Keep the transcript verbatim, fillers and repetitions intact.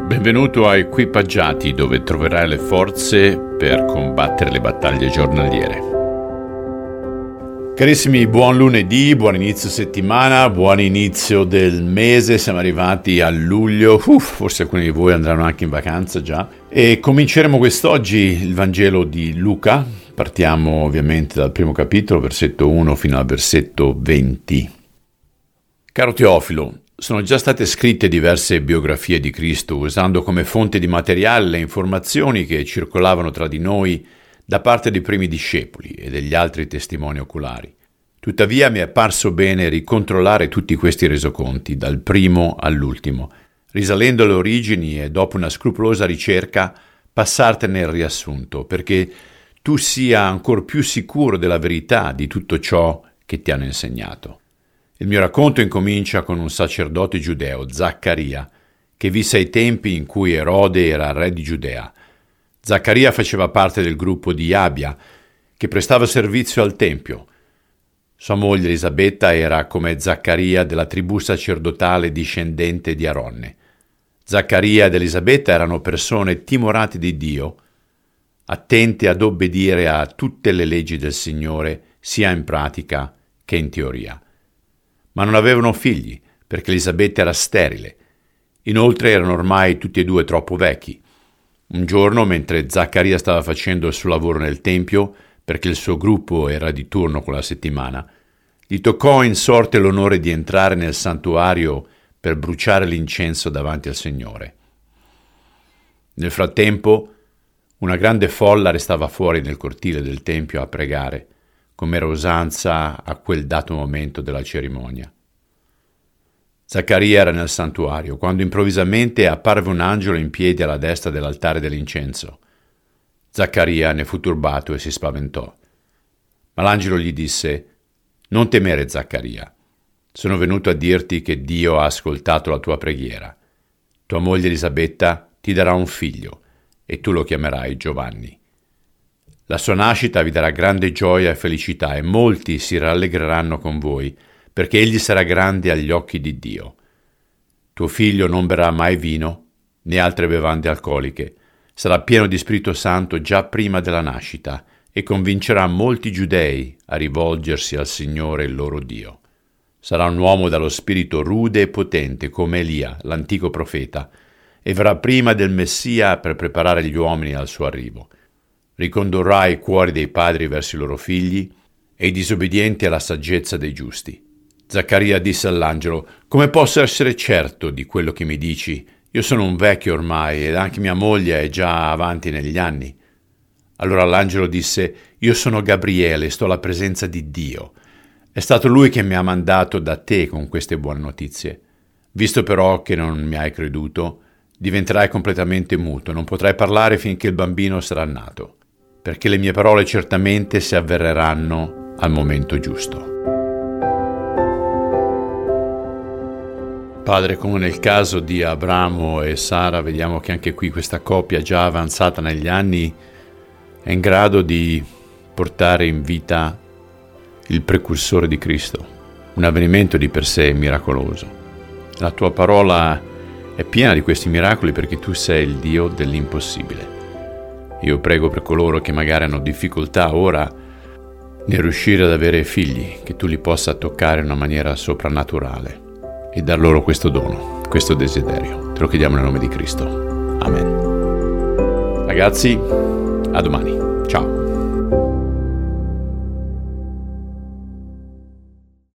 Benvenuto a Equipaggiati, dove troverai le forze per combattere le battaglie giornaliere. Carissimi, buon lunedì, buon inizio settimana, buon inizio del mese, siamo arrivati a luglio, Uff, forse alcuni di voi andranno anche in vacanza già, e cominceremo quest'oggi il Vangelo di Luca. Partiamo ovviamente dal primo capitolo, versetto uno fino al versetto venti. Caro Teofilo, sono già state scritte diverse biografie di Cristo usando come fonte di materiale le informazioni che circolavano tra di noi da parte dei primi discepoli e degli altri testimoni oculari. Tuttavia mi è parso bene ricontrollare tutti questi resoconti, dal primo all'ultimo, risalendo alle origini e dopo una scrupolosa ricerca passartene il riassunto, perché tu sia ancor più sicuro della verità di tutto ciò che ti hanno insegnato. Il mio racconto incomincia con un sacerdote giudeo, Zaccaria, che visse ai tempi in cui Erode era re di Giudea. Zaccaria faceva parte del gruppo di Abia, che prestava servizio al Tempio. Sua moglie Elisabetta era come Zaccaria della tribù sacerdotale discendente di Aronne. Zaccaria ed Elisabetta erano persone timorate di Dio, attente ad obbedire a tutte le leggi del Signore, sia in pratica che in teoria. Ma non avevano figli, perché Elisabetta era sterile. Inoltre erano ormai tutti e due troppo vecchi. Un giorno, mentre Zaccaria stava facendo il suo lavoro nel Tempio, perché il suo gruppo era di turno quella settimana, gli toccò in sorte l'onore di entrare nel santuario per bruciare l'incenso davanti al Signore. Nel frattempo, una grande folla restava fuori nel cortile del Tempio a pregare, come era usanza a quel dato momento della cerimonia. Zaccaria era nel santuario, quando improvvisamente apparve un angelo in piedi alla destra dell'altare dell'incenso. Zaccaria ne fu turbato e si spaventò. Ma l'angelo gli disse: «Non temere, Zaccaria. Sono venuto a dirti che Dio ha ascoltato la tua preghiera. Tua moglie Elisabetta ti darà un figlio, e tu lo chiamerai Giovanni. La sua nascita vi darà grande gioia e felicità, e molti si rallegreranno con voi, perché egli sarà grande agli occhi di Dio. Tuo figlio non berrà mai vino, né altre bevande alcoliche. Sarà pieno di Spirito Santo già prima della nascita, e convincerà molti giudei a rivolgersi al Signore il loro Dio. Sarà un uomo dallo spirito rude e potente, come Elia, l'antico profeta, e verrà prima del Messia per preparare gli uomini al suo arrivo. Ricondurrà i cuori dei padri verso i loro figli e i disobbedienti alla saggezza dei giusti». Zaccaria disse all'angelo: «Come posso essere certo di quello che mi dici? Io sono un vecchio ormai ed anche mia moglie è già avanti negli anni». Allora l'angelo disse: «Io sono Gabriele e sto alla presenza di Dio. È stato lui che mi ha mandato da te con queste buone notizie. Visto però che non mi hai creduto, diventerai completamente muto, non potrai parlare finché il bambino sarà nato, perché le mie parole certamente si avvereranno al momento giusto». Padre, come nel caso di Abramo e Sara, vediamo che anche qui questa coppia già avanzata negli anni è in grado di portare in vita il precursore di Cristo, un avvenimento di per sé miracoloso. La tua parola è piena di questi miracoli perché tu sei il Dio dell'impossibile. Io prego per coloro che magari hanno difficoltà ora nel riuscire ad avere figli, che tu li possa toccare in una maniera soprannaturale e dar loro questo dono, questo desiderio. Te lo chiediamo nel nome di Cristo. Amen. Ragazzi, a domani. Ciao.